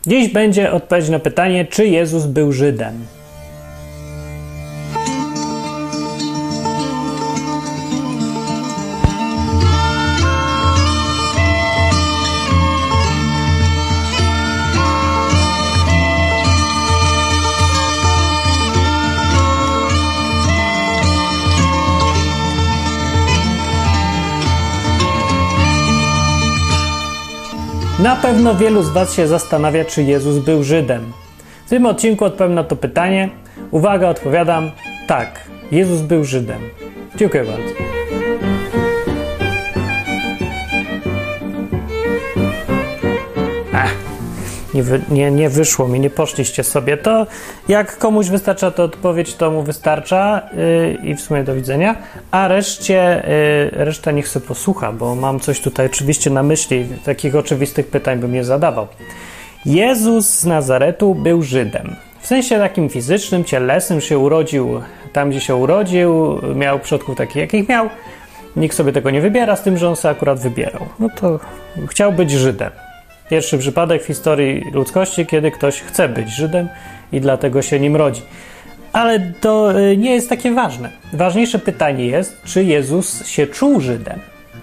Dziś będzie odpowiedź na pytanie, czy Jezus był Żydem. Na pewno wielu z Was się zastanawia, czy Jezus był Żydem. W tym odcinku odpowiem na to pytanie. Uwaga, odpowiadam, tak, Jezus był Żydem. Dziękuję bardzo. Nie wyszło mi, nie poszliście sobie. To jak komuś wystarcza to odpowiedź, to mu wystarcza i w sumie do widzenia, a reszta niech sobie posłucha, bo mam coś tutaj oczywiście na myśli, takich oczywistych pytań bym nie zadawał. Jezus z Nazaretu był Żydem. W sensie takim fizycznym, cielesnym, się urodził tam, gdzie się urodził, miał przodków takich, jakich miał. Nikt sobie tego nie wybiera, z tym, że on sobie akurat wybierał. No to chciał być Żydem. Pierwszy przypadek w historii ludzkości, kiedy ktoś chce być Żydem i dlatego się nim rodzi. Ale to nie jest takie ważne. Ważniejsze pytanie jest, czy Jezus się czuł Żydem?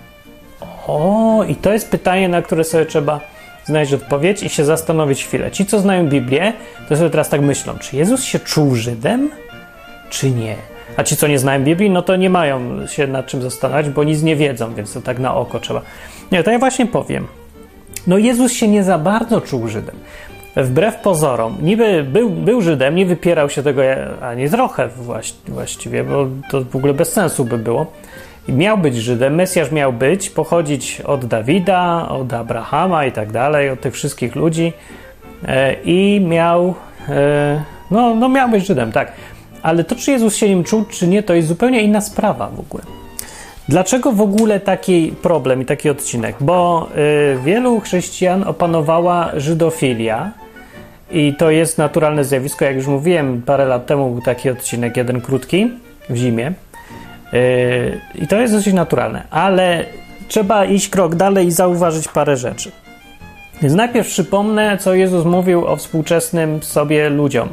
I to jest pytanie, na które sobie trzeba znaleźć odpowiedź i się zastanowić chwilę. Ci, co znają Biblię, to sobie teraz tak myślą, czy Jezus się czuł Żydem, czy nie? A ci, co nie znają Biblii, no to nie mają się nad czym zastanawiać, bo nic nie wiedzą, więc to tak na oko trzeba. Nie, to ja właśnie powiem. No Jezus się nie za bardzo czuł Żydem. Wbrew pozorom, niby był Żydem, nie wypierał się tego ani trochę właściwie, bo to w ogóle bez sensu by było. Miał być Żydem, Mesjasz miał być, pochodzić od Dawida, od Abrahama i tak dalej, od tych wszystkich ludzi i miał być Żydem, tak. Ale to, czy Jezus się nim czuł, czy nie, to jest zupełnie inna sprawa w ogóle. Dlaczego w ogóle taki problem i taki odcinek? Bo wielu chrześcijan opanowała żydofilia i to jest naturalne zjawisko. Jak już mówiłem, parę lat temu był taki odcinek, jeden krótki, w zimie. I to jest dosyć naturalne, ale trzeba iść krok dalej i zauważyć parę rzeczy. Więc najpierw przypomnę, co Jezus mówił o współczesnym sobie ludziom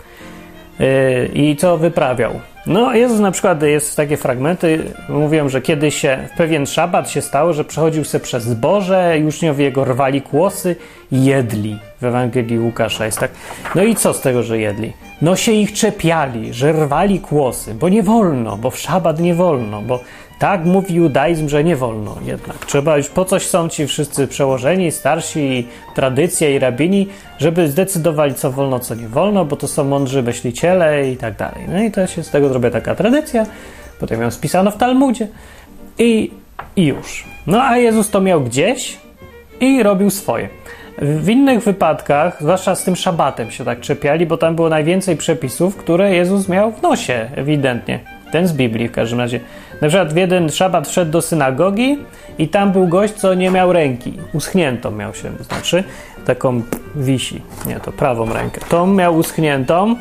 i co wyprawiał. No, Jezus na przykład, jest takie fragmenty, mówią, że kiedyś w pewien szabat się stało, że przechodził se przez zboże i uczniowie jego rwali kłosy i jedli. W Ewangelii Łukasza jest tak. No i co z tego, że jedli? No się ich czepiali, że rwali kłosy, bo nie wolno, bo w szabat nie wolno, bo tak mówi judaizm, że nie wolno jednak. Trzeba już, po coś są ci wszyscy przełożeni, starsi, tradycja i rabini, żeby zdecydowali, co wolno, co nie wolno, bo to są mądrzy myśliciele i tak dalej. No i to się z tego zrobi taka tradycja, potem ją spisano w Talmudzie i już. No a Jezus to miał gdzieś i robił swoje. W innych wypadkach, zwłaszcza z tym szabatem się tak czepiali, bo tam było najwięcej przepisów, które Jezus miał w nosie, ewidentnie. Ten z Biblii w każdym razie. Na przykład w jeden szabat wszedł do synagogi i tam był gość, co nie miał ręki. Uschniętą miał się, znaczy taką wisi. Nie, to prawą rękę. Tą miał uschniętą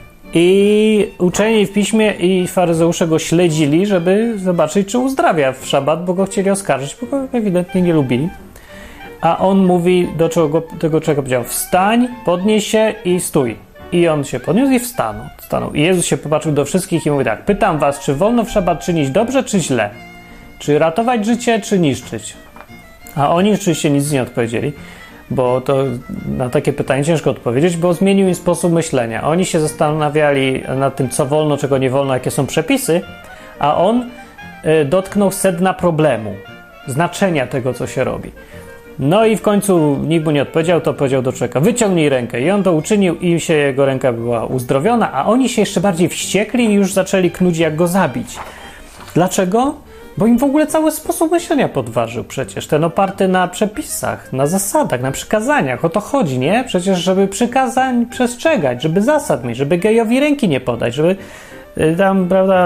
i uczeni w piśmie i faryzeusze go śledzili, żeby zobaczyć, czy uzdrawia w szabat, bo go chcieli oskarżyć, bo go ewidentnie nie lubili. A on mówi do tego czego powiedział: wstań, podnieś się i stój. I on się podniósł i stanął. I Jezus się popatrzył do wszystkich i mówi tak: pytam was, czy wolno w szabat czynić dobrze, czy źle? Czy ratować życie, czy niszczyć? A oni oczywiście nic nie odpowiedzieli, bo to na takie pytanie ciężko odpowiedzieć, bo zmienił im sposób myślenia. Oni się zastanawiali nad tym, co wolno, czego nie wolno, jakie są przepisy, a on dotknął sedna problemu, znaczenia tego, co się robi. No i w końcu nikt mu nie odpowiedział, to powiedział do człowieka: wyciągnij rękę. I on to uczynił i jego ręka była uzdrowiona, a oni się jeszcze bardziej wściekli i już zaczęli knuć, jak go zabić. Dlaczego? Bo im w ogóle cały sposób myślenia podważył przecież. Ten oparty na przepisach, na zasadach, na przykazaniach. O to chodzi, nie? Przecież żeby przykazań przestrzegać, żeby zasad mieć, żeby gejowi ręki nie podać, żeby tam, prawda...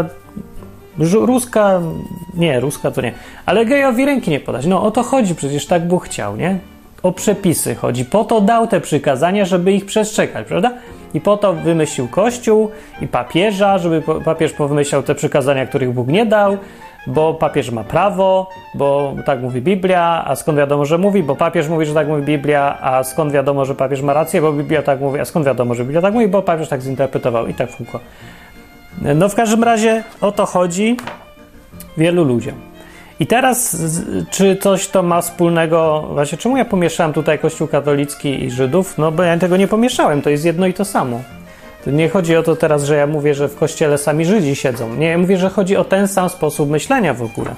Ruska to nie, ale gejowi ręki nie podać. No o to chodzi, przecież tak Bóg chciał, nie? O przepisy chodzi. Po to dał te przykazania, żeby ich przestrzegać, prawda? I po to wymyślił Kościół i papieża, żeby papież powymyślał te przykazania, których Bóg nie dał, bo papież ma prawo, bo tak mówi Biblia, a skąd wiadomo, że mówi, bo papież mówi, że tak mówi Biblia, a skąd wiadomo, że papież ma rację, bo Biblia tak mówi, a skąd wiadomo, że Biblia tak mówi, bo papież tak zinterpretował i tak w kółko. No w każdym razie o to chodzi wielu ludziom. I teraz, czy coś to ma wspólnego, właśnie czemu ja pomieszałem tutaj Kościół katolicki i Żydów? No bo ja tego nie pomieszałem, to jest jedno i to samo. To nie chodzi o to teraz, że ja mówię, że w Kościele sami Żydzi siedzą. Nie, ja mówię, że chodzi o ten sam sposób myślenia w ogóle.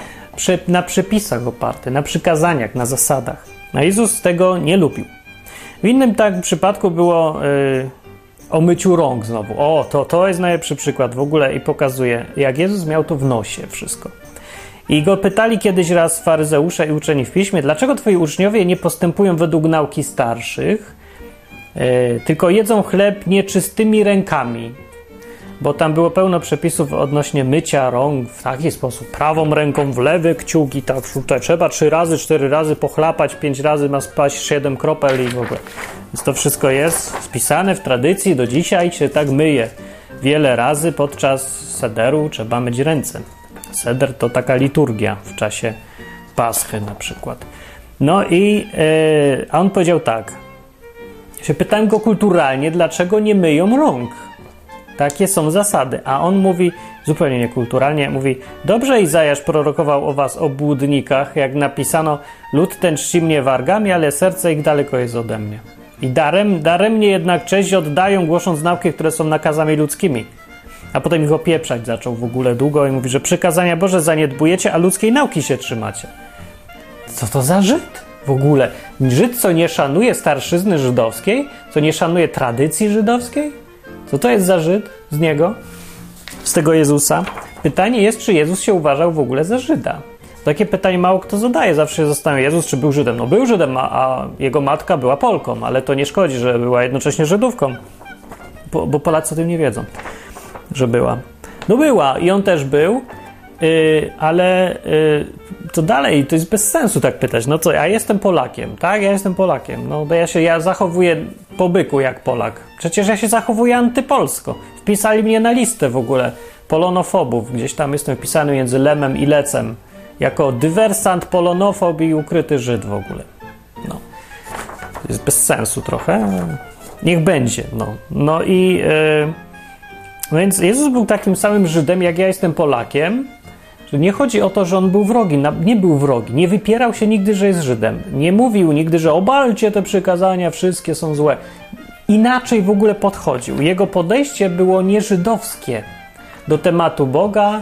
Na przepisach oparty, na przykazaniach, na zasadach. A Jezus tego nie lubił. W innym tak przypadku było o myciu rąk znowu. To jest najlepszy przykład w ogóle i pokazuje, jak Jezus miał to w nosie wszystko. I go pytali kiedyś raz faryzeusze i uczeni w piśmie, dlaczego twoi uczniowie nie postępują według nauki starszych, tylko jedzą chleb nieczystymi rękami, bo tam było pełno przepisów odnośnie mycia rąk w taki sposób, prawą ręką w lewy kciuk i tak tutaj trzeba 3 razy, 4 razy pochlapać, 5 razy ma spaść 7 kropel i w ogóle. Więc to wszystko jest spisane w tradycji, do dzisiaj się tak myje. Wiele razy podczas sederu trzeba myć ręce. Seder to taka liturgia w czasie Paschy na przykład. No i a on powiedział tak. Ja się pytałem go kulturalnie, dlaczego nie myją rąk. Takie są zasady. A on mówi zupełnie niekulturalnie, mówi: dobrze Izajasz prorokował o was obłudnikach, jak napisano: lud ten czci mnie wargami, ale serce ich daleko jest ode mnie. I daremnie jednak cześć oddają, głosząc nauki, które są nakazami ludzkimi. A potem ich opieprzać zaczął w ogóle długo i mówi, że przykazania Boże zaniedbujecie, a ludzkiej nauki się trzymacie. Co to za Żyd w ogóle? Żyd, co nie szanuje starszyzny żydowskiej? Co nie szanuje tradycji żydowskiej? Co to jest za Żyd z niego? Z tego Jezusa? Pytanie jest, czy Jezus się uważał w ogóle za Żyda. Takie pytanie mało kto zadaje. Zawsze się zastanawia, Jezus czy był Żydem? No był Żydem, a jego matka była Polką, ale to nie szkodzi, że była jednocześnie Żydówką. Bo Polacy o tym nie wiedzą, że była. No była i on też był, ale to dalej, to jest bez sensu tak pytać. No co, ja jestem Polakiem, tak? Ja jestem Polakiem. No to ja zachowuję po byku jak Polak. Przecież ja się zachowuję antypolsko. Wpisali mnie na listę w ogóle polonofobów. Gdzieś tam jestem wpisany między Lemem i Lecem. Jako dywersant, polonofob i ukryty Żyd w ogóle. No. To jest bez sensu trochę. Niech będzie. No i... No więc Jezus był takim samym Żydem, jak ja jestem Polakiem. Że nie chodzi o to, że on był wrogi. Nie był wrogi. Nie wypierał się nigdy, że jest Żydem. Nie mówił nigdy, że obalcie te przykazania, wszystkie są złe. Inaczej w ogóle podchodził. Jego podejście było nieżydowskie do tematu Boga,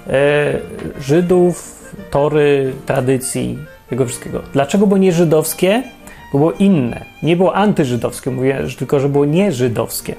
Żydów, Tory, tradycji, tego wszystkiego. Dlaczego było nieżydowskie? Bo było inne. Nie było antyżydowskie, mówię tylko, że było nieżydowskie.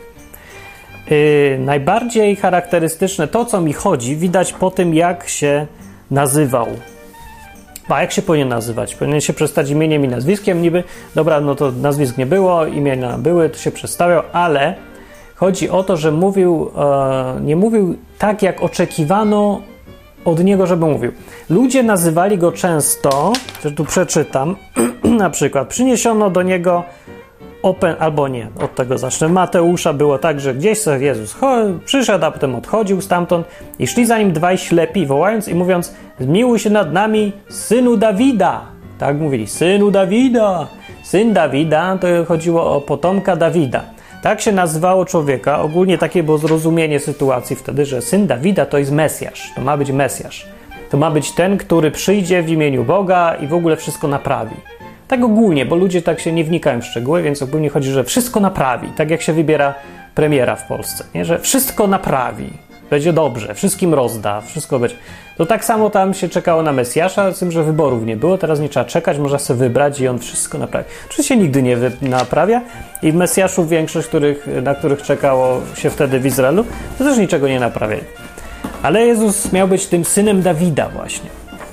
Najbardziej charakterystyczne to, co mi chodzi, widać po tym, jak się nazywał. A jak się powinien nazywać? Powinien się przestać imieniem i nazwiskiem niby. Dobra, no to nazwisk nie było, imiona były, to się przestawiał, ale chodzi o to, że nie mówił tak, jak oczekiwano od niego, żeby mówił. Ludzie nazywali go często, że tu przeczytam, na przykład przyniesiono do niego albo nie, od tego zacznę. Mateusza było tak, że gdzieś sobie Jezus przyszedł, a potem odchodził stamtąd i szli za nim 2 ślepi, wołając i mówiąc: zmiłuj się nad nami, synu Dawida. Tak mówili, synu Dawida. Syn Dawida, to chodziło o potomka Dawida. Tak się nazywało człowieka. Ogólnie takie było zrozumienie sytuacji wtedy, że syn Dawida to jest Mesjasz. To ma być Mesjasz. To ma być ten, który przyjdzie w imieniu Boga i w ogóle wszystko naprawi. Tak ogólnie, bo ludzie tak się nie wnikają w szczegóły, więc ogólnie chodzi, że wszystko naprawi. Tak jak się wybiera premiera w Polsce, nie? Że wszystko naprawi. Będzie dobrze, wszystkim rozda, wszystko będzie. To tak samo tam się czekało na Mesjasza, z tym, że wyborów nie było, teraz nie trzeba czekać, można sobie wybrać i on wszystko naprawi. Oczywiście nigdy nie naprawia i Mesjaszów większość, na których czekało się wtedy w Izraelu, to też niczego nie naprawiali. Ale Jezus miał być tym synem Dawida właśnie.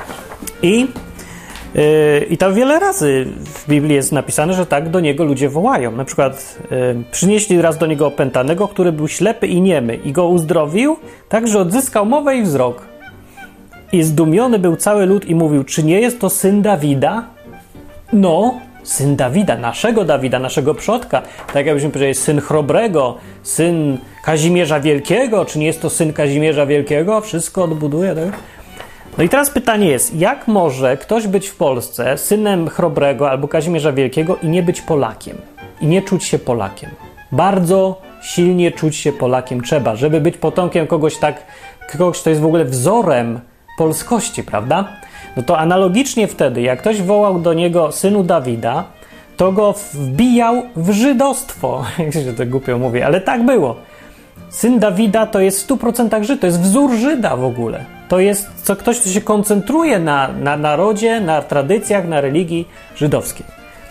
I to wiele razy w Biblii jest napisane, że tak do niego ludzie wołają. Na przykład przynieśli raz do niego opętanego, który był ślepy i niemy i go uzdrowił, tak że odzyskał mowę i wzrok. I zdumiony był cały lud i mówił: czy nie jest to syn Dawida? No, syn Dawida, naszego przodka. Tak jakbyśmy powiedzieli, syn Chrobrego, syn Kazimierza Wielkiego. Czy nie jest to syn Kazimierza Wielkiego? Wszystko odbuduje, tak? No i teraz pytanie jest, jak może ktoś być w Polsce synem Chrobrego albo Kazimierza Wielkiego i nie być Polakiem? I nie czuć się Polakiem? Bardzo silnie czuć się Polakiem trzeba, żeby być potomkiem kogoś, kto jest w ogóle wzorem polskości, prawda? No to analogicznie wtedy, jak ktoś wołał do niego synu Dawida, to go wbijał w żydostwo. Jak się to głupio mówi, ale tak było. Syn Dawida to jest w 100% Żyd, to jest wzór Żyda w ogóle. To jest ktoś, kto się koncentruje na narodzie, na tradycjach, na religii żydowskiej.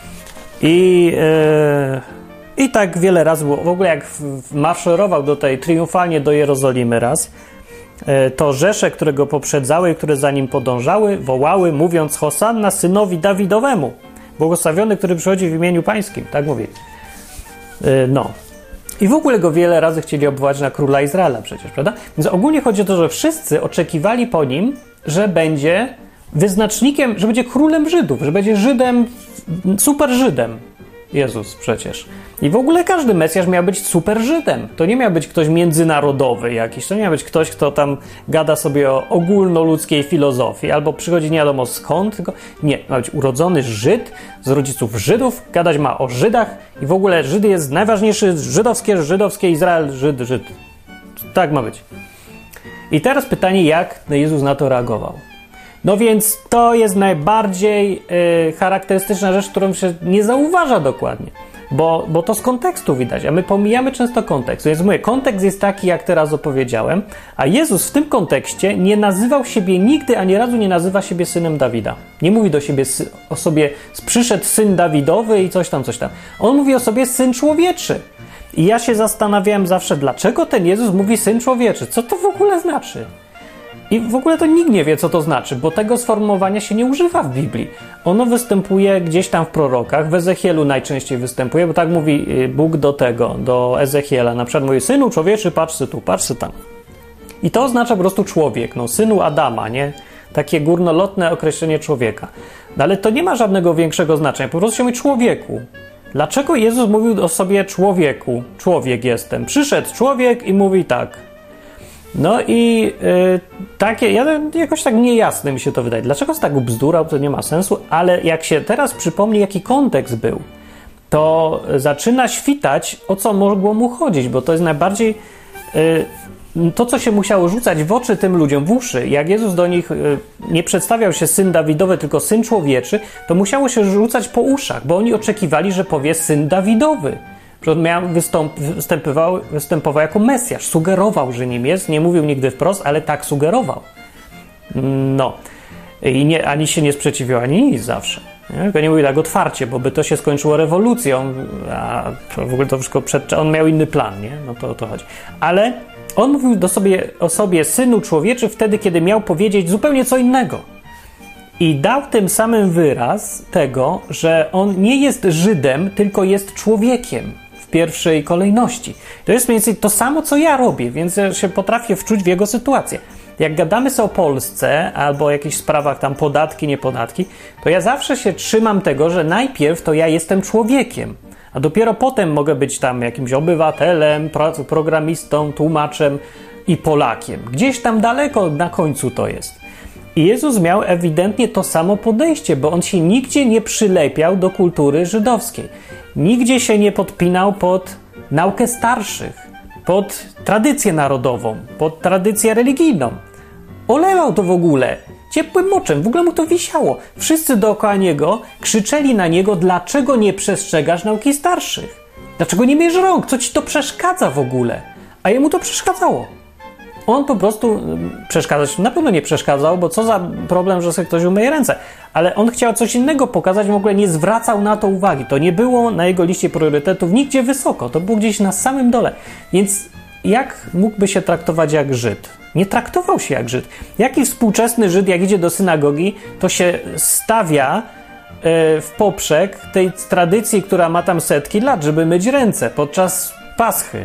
I tak wiele razy było. W ogóle jak maszerował triumfalnie do Jerozolimy raz, to rzesze, które go poprzedzały i które za nim podążały, wołały, mówiąc Hosanna synowi Dawidowemu. Błogosławiony, który przychodzi w imieniu pańskim. Tak mówi. No. I w ogóle go wiele razy chcieli obwołać na króla Izraela przecież, prawda? Więc ogólnie chodzi o to, że wszyscy oczekiwali po nim, że będzie wyznacznikiem, że będzie królem Żydów, że będzie Żydem, super Żydem. Jezus przecież. I w ogóle każdy Mesjasz miał być super Żydem. To nie miał być ktoś międzynarodowy jakiś, to nie miał być ktoś, kto tam gada sobie o ogólnoludzkiej filozofii, albo przychodzi nie wiadomo skąd, tylko nie, ma być urodzony Żyd, z rodziców Żydów, gadać ma o Żydach i w ogóle Żyd jest najważniejszy, żydowskie, Izrael, Żyd. Tak ma być. I teraz pytanie, jak Jezus na to reagował? No więc to jest najbardziej charakterystyczna rzecz, którą się nie zauważa dokładnie, bo to z kontekstu widać, a my pomijamy często kontekst. Więc mówię, kontekst jest taki, jak teraz opowiedziałem, a Jezus w tym kontekście nie nazywał siebie nigdy, ani razu nie nazywa siebie synem Dawida. Nie mówi do siebie o sobie przyszedł syn Dawidowy i coś tam. On mówi o sobie syn człowieczy. I ja się zastanawiałem zawsze, dlaczego ten Jezus mówi syn człowieczy? Co to w ogóle znaczy? I w ogóle to nikt nie wie, co to znaczy, bo tego sformułowania się nie używa w Biblii. Ono występuje gdzieś tam w prorokach, w Ezechielu najczęściej występuje, bo tak mówi Bóg do Ezechiela. Na przykład mówi, synu człowieczy, patrzcie tu, patrzcie tam. I to oznacza po prostu człowiek, synu Adama, nie? Takie górnolotne określenie człowieka. No ale to nie ma żadnego większego znaczenia, po prostu się mówi człowieku. Dlaczego Jezus mówił o sobie człowieku? Człowiek jestem. Przyszedł człowiek i mówi tak. No i jakoś tak niejasne mi się to wydaje. Dlaczego tak ubzdurał, to nie ma sensu, ale jak się teraz przypomni, jaki kontekst był, to zaczyna świtać, o co mogło mu chodzić, bo to jest najbardziej to, co się musiało rzucać w oczy tym ludziom, w uszy. Jak Jezus do nich nie przedstawiał się syn Dawidowy, tylko syn człowieczy, to musiało się rzucać po uszach, bo oni oczekiwali, że powie syn Dawidowy. Że on występował jako Mesjasz, sugerował, że nim jest, nie mówił nigdy wprost, ale tak sugerował. No. I ani się nie sprzeciwił, ani nic zawsze. Tylko nie mówił tak otwarcie, bo by to się skończyło rewolucją, a w ogóle to wszystko on miał inny plan, nie? No to o to chodzi. Ale on mówił o sobie synu człowieczy wtedy, kiedy miał powiedzieć zupełnie co innego. I dał tym samym wyraz tego, że on nie jest Żydem, tylko jest człowiekiem w pierwszej kolejności. To jest mniej więcej to samo, co ja robię, więc ja się potrafię wczuć w jego sytuację. Jak gadamy sobie o Polsce albo o jakichś sprawach tam podatki, niepodatki, to ja zawsze się trzymam tego, że najpierw to ja jestem człowiekiem, a dopiero potem mogę być tam jakimś obywatelem, programistą, tłumaczem i Polakiem. Gdzieś tam daleko na końcu to jest. I Jezus miał ewidentnie to samo podejście, bo on się nigdzie nie przylepiał do kultury żydowskiej. Nigdzie się nie podpinał pod naukę starszych, pod tradycję narodową, pod tradycję religijną. Olewał to w ogóle ciepłym moczem, w ogóle mu to wisiało. Wszyscy dookoła niego krzyczeli na niego, dlaczego nie przestrzegasz nauki starszych? Dlaczego nie myjesz rąk? Co ci to przeszkadza w ogóle? A jemu to przeszkadzało. On po prostu przeszkadzać na pewno nie przeszkadzał, bo co za problem, że sobie ktoś umyje ręce. Ale on chciał coś innego pokazać, w ogóle nie zwracał na to uwagi. To nie było na jego liście priorytetów nigdzie wysoko, to było gdzieś na samym dole. Więc jak mógłby się traktować jak Żyd? Nie traktował się jak Żyd. Jaki współczesny Żyd, jak idzie do synagogi, to się stawia w poprzek tej tradycji, która ma tam setki lat, żeby myć ręce podczas Paschy.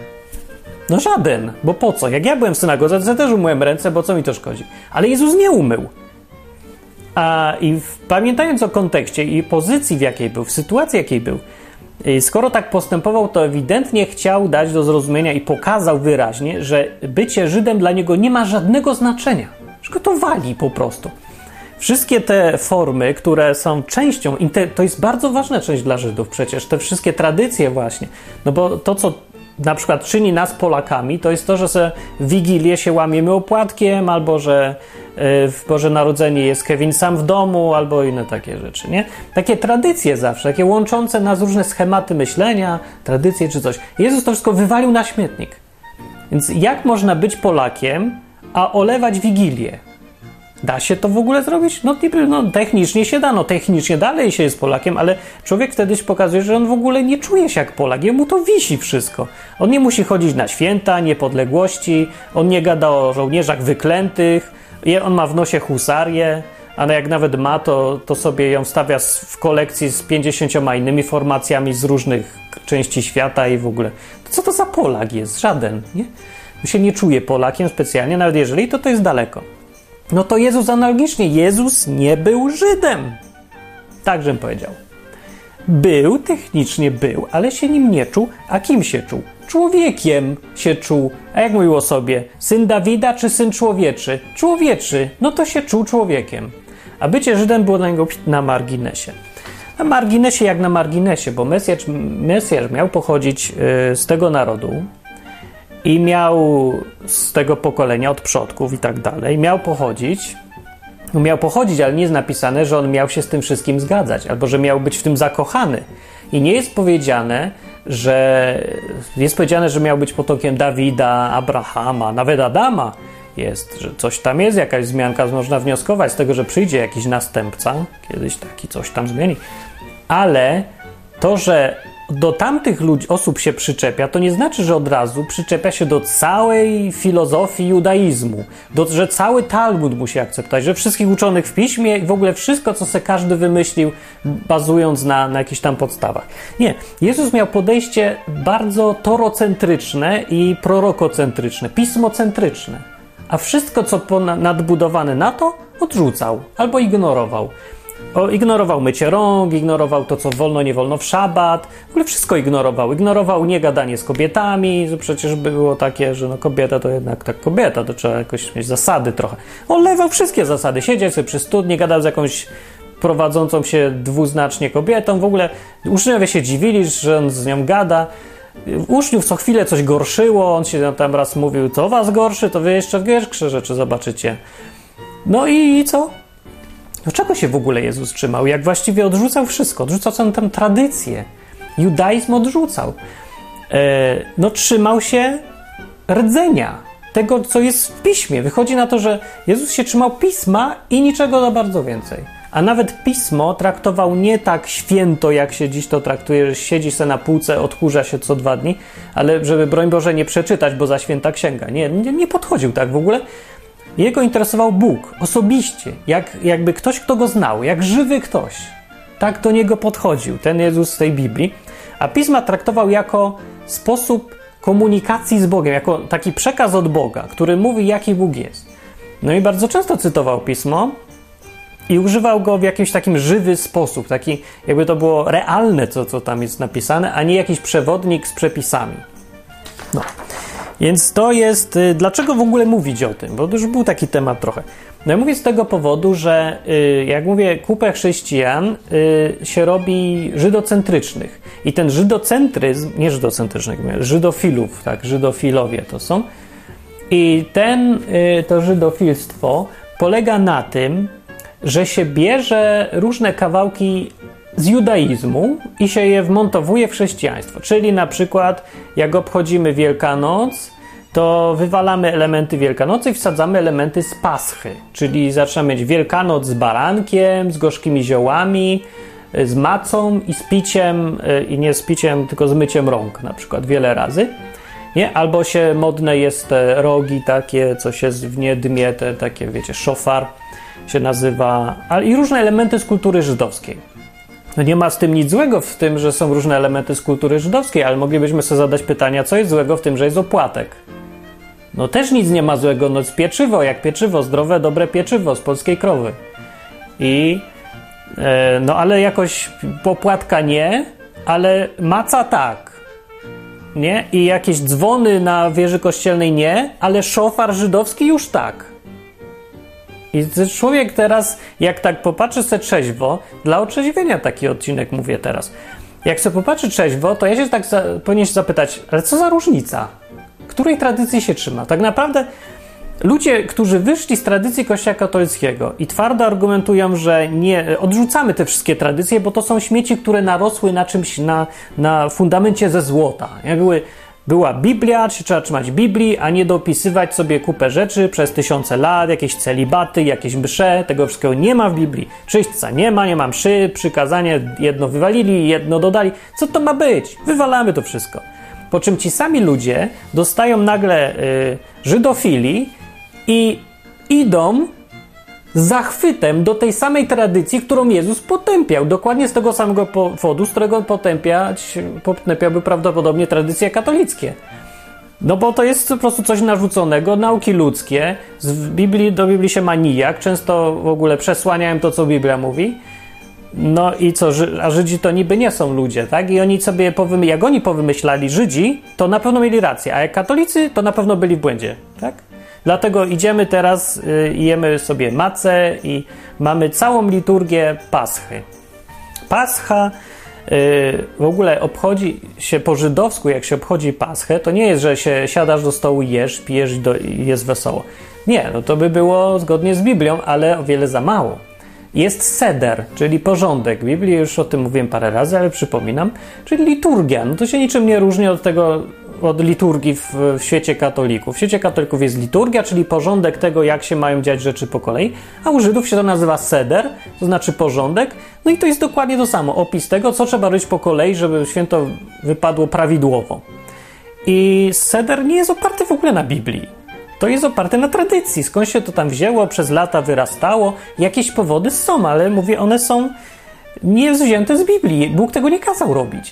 No żaden, bo po co? Jak ja byłem w synagodze, to też umyłem ręce, bo co mi to szkodzi? Ale Jezus nie umył. Pamiętając o kontekście i pozycji, w jakiej był, w sytuacji, w jakiej był, skoro tak postępował, to ewidentnie chciał dać do zrozumienia i pokazał wyraźnie, że bycie Żydem dla niego nie ma żadnego znaczenia. że go to wali po prostu. Wszystkie te formy, które są częścią, to jest bardzo ważna część dla Żydów przecież, te wszystkie tradycje właśnie, no bo to, co na przykład czyni nas Polakami, to jest to, że sobie w Wigilię się łamiemy opłatkiem, albo że w Boże Narodzenie jest Kevin sam w domu, albo inne takie rzeczy, nie? Takie tradycje zawsze, takie łączące nas różne schematy myślenia, tradycje czy coś. Jezus to wszystko wywalił na śmietnik. Więc jak można być Polakiem, a olewać Wigilię? Da się to w ogóle zrobić? No technicznie się da, technicznie dalej się jest Polakiem, ale człowiek wtedy się pokazuje, że on w ogóle nie czuje się jak Polak, jemu to wisi wszystko. On nie musi chodzić na święta niepodległości, on nie gada o żołnierzach wyklętych, on ma w nosie husarię, ale jak nawet ma, to sobie ją wstawia w kolekcji z 50 innymi formacjami z różnych części świata i w ogóle. To co to za Polak jest? Żaden, nie? On się nie czuje Polakiem specjalnie, nawet jeżeli to jest daleko. No to Jezus analogicznie. Jezus nie był Żydem. Tak, żebym powiedział. Technicznie był, ale się nim nie czuł. A kim się czuł? Człowiekiem się czuł. A jak mówił o sobie? Syn Dawida czy syn człowieczy? Człowieczy. No to się czuł człowiekiem. A bycie Żydem było dla niego na marginesie. Na marginesie jak na marginesie, bo Mesjasz miał pochodzić z tego narodu, i miał z tego pokolenia od przodków i tak dalej, miał pochodzić, ale nie jest napisane, że on miał się z tym wszystkim zgadzać, albo że miał być w tym zakochany. I nie jest powiedziane, że miał być potomkiem Dawida, Abrahama, nawet Adama jest, że coś tam jest, jakaś wzmianka, można wnioskować z tego, że przyjdzie jakiś następca, kiedyś taki coś tam zmieni. Ale to, że do tamtych osób się przyczepia, to nie znaczy, że od razu przyczepia się do całej filozofii judaizmu, że cały Talmud musi akceptować, że wszystkich uczonych w piśmie i w ogóle wszystko, co se każdy wymyślił, bazując na jakichś tam podstawach. Nie, Jezus miał podejście bardzo torocentryczne i prorokocentryczne, pismocentryczne, a wszystko, co nadbudowane na to, odrzucał albo ignorował. Ignorował mycie rąk, ignorował to, co wolno, nie wolno w szabat. W ogóle wszystko ignorował. Ignorował niegadanie z kobietami, że przecież było takie, że kobieta to jednak tak kobieta, to trzeba jakoś mieć zasady trochę. Olewał wszystkie zasady. Siedział sobie przy studni, gadał z jakąś prowadzącą się dwuznacznie kobietą. W ogóle uczniowie się dziwili, że on z nią gada. Uczniów co chwilę coś gorszyło. On się tam raz mówił, to was gorszy, to wy jeszcze większe rzeczy zobaczycie. No i co? Do czego się w ogóle Jezus trzymał? Jak właściwie odrzucał wszystko. Odrzucał całą tę tradycję. Judaizm odrzucał. Trzymał się rdzenia. Tego, co jest w Piśmie. Wychodzi na to, że Jezus się trzymał Pisma i niczego za bardzo więcej. A nawet Pismo traktował nie tak święto, jak się dziś to traktuje, że siedzi se na półce, odkurza się co 2 dni, ale żeby, broń Boże, nie przeczytać, bo za święta księga. Nie podchodził tak w ogóle. Jego interesował Bóg osobiście, jakby ktoś, kto go znał, jak żywy ktoś. Tak do niego podchodził ten Jezus z tej Biblii. A Pisma traktował jako sposób komunikacji z Bogiem, jako taki przekaz od Boga, który mówi, jaki Bóg jest. No i bardzo często cytował Pismo i używał go w jakiś takim żywy sposób, taki jakby to było realne, co tam jest napisane, a nie jakiś przewodnik z przepisami. No. Więc to jest... Dlaczego w ogóle mówić o tym? Bo to już był taki temat trochę. No ja mówię z tego powodu, że jak mówię, kupę chrześcijan się robi żydocentrycznych. I ten żydocentryzm, nie żydocentrycznych, żydofilów, tak, żydofilowie to są. I to żydofilstwo polega na tym, że się bierze różne kawałki z judaizmu i się je wmontowuje w chrześcijaństwo. Czyli na przykład jak obchodzimy Wielkanoc, to wywalamy elementy Wielkanocy i wsadzamy elementy z Paschy. Czyli zaczynamy mieć Wielkanoc z barankiem, z gorzkimi ziołami, z macą i z piciem, i nie z piciem, tylko z myciem rąk na przykład wiele razy. Nie? Albo się modne jest te rogi takie, co się w nie dmie, te takie, wiecie, szofar się nazywa, i różne elementy z kultury żydowskiej. No nie ma z tym nic złego w tym, że są różne elementy z kultury żydowskiej, ale moglibyśmy sobie zadać pytania, co jest złego w tym, że jest opłatek. No też nic nie ma złego, no jest pieczywo, jak pieczywo, zdrowe, dobre pieczywo z polskiej krowy. Ale jakoś opłatka nie, ale maca tak. Nie? I jakieś dzwony na wieży kościelnej nie, ale szofar żydowski już tak. I człowiek teraz, jak tak popatrzy se trzeźwo, dla otrzeźwienia taki odcinek mówię teraz, jak sobie popatrzy trzeźwo, to ja się tak powinien się zapytać, ale co za różnica? Której tradycji się trzyma? Tak naprawdę ludzie, którzy wyszli z tradycji Kościoła katolickiego i twardo argumentują, że nie odrzucamy te wszystkie tradycje, bo to są śmieci, które narosły na czymś, na fundamencie ze złota. Była Biblia, czy trzeba trzymać Biblii, a nie dopisywać sobie kupę rzeczy przez tysiące lat, jakieś celibaty, jakieś msze, tego wszystkiego nie ma w Biblii. Czyśćca nie ma mszy, przykazanie jedno wywalili, jedno dodali. Co to ma być? Wywalamy to wszystko. Po czym ci sami ludzie dostają nagle żydofilii i idą z zachwytem do tej samej tradycji, którą Jezus potępiał. Dokładnie z tego samego powodu, z którego potępiałby prawdopodobnie tradycje katolickie. No bo to jest po prostu coś narzuconego, nauki ludzkie. Do Biblii się ma nijak. Często w ogóle przesłaniają to, co Biblia mówi. No i co, a Żydzi to niby nie są ludzie, tak? I oni sobie, jak oni powymyślali Żydzi, to na pewno mieli rację, a jak katolicy, to na pewno byli w błędzie, tak? Dlatego idziemy teraz, jemy sobie macę i mamy całą liturgię Paschy. Pascha w ogóle obchodzi się po żydowsku, jak się obchodzi Paschę, to nie jest, że się siadasz do stołu, jesz, pijesz i jest wesoło. Nie, no to by było zgodnie z Biblią, ale o wiele za mało. Jest seder, czyli porządek. W Biblii już o tym mówiłem parę razy, ale przypominam. Czyli liturgia. No to się niczym nie różni od liturgii w świecie katolików. W świecie katolików jest liturgia, czyli porządek tego, jak się mają dziać rzeczy po kolei, a u Żydów się to nazywa seder, to znaczy porządek. No i to jest dokładnie to samo. Opis tego, co trzeba robić po kolei, żeby święto wypadło prawidłowo. I seder nie jest oparty w ogóle na Biblii. To jest oparte na tradycji. Skąd się to tam wzięło, przez lata wyrastało. Jakieś powody są, ale mówię, one są niewzięte z Biblii. Bóg tego nie kazał robić.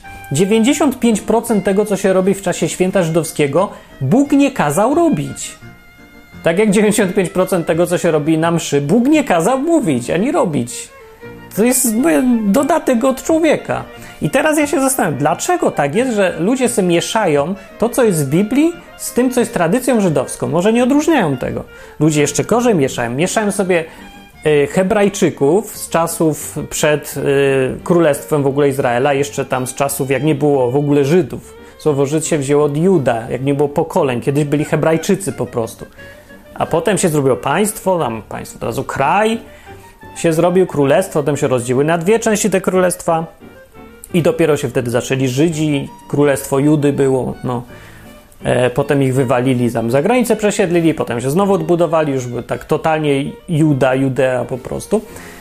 95% tego, co się robi w czasie święta żydowskiego, Bóg nie kazał robić. Tak jak 95% tego, co się robi na mszy, Bóg nie kazał mówić, ani robić. To jest dodatek od człowieka. I teraz ja się zastanawiam, dlaczego tak jest, że ludzie sobie mieszają to, co jest w Biblii, z tym, co jest tradycją żydowską. Może nie odróżniają tego. Ludzie jeszcze gorzej mieszają. Mieszają sobie Hebrajczyków z czasów przed królestwem w ogóle Izraela, jeszcze tam z czasów, jak nie było w ogóle Żydów. Słowo Żyd się wzięło od Juda, jak nie było pokoleń. Kiedyś byli Hebrajczycy po prostu. A potem się zrobiło państwo, od razu kraj, się zrobił królestwo, potem się rozdzieliły na dwie części te królestwa i dopiero się wtedy zaczęli Żydzi, królestwo Judy było, potem ich wywalili, tam za granicę przesiedlili, potem się znowu odbudowali, już tak totalnie Judea po prostu,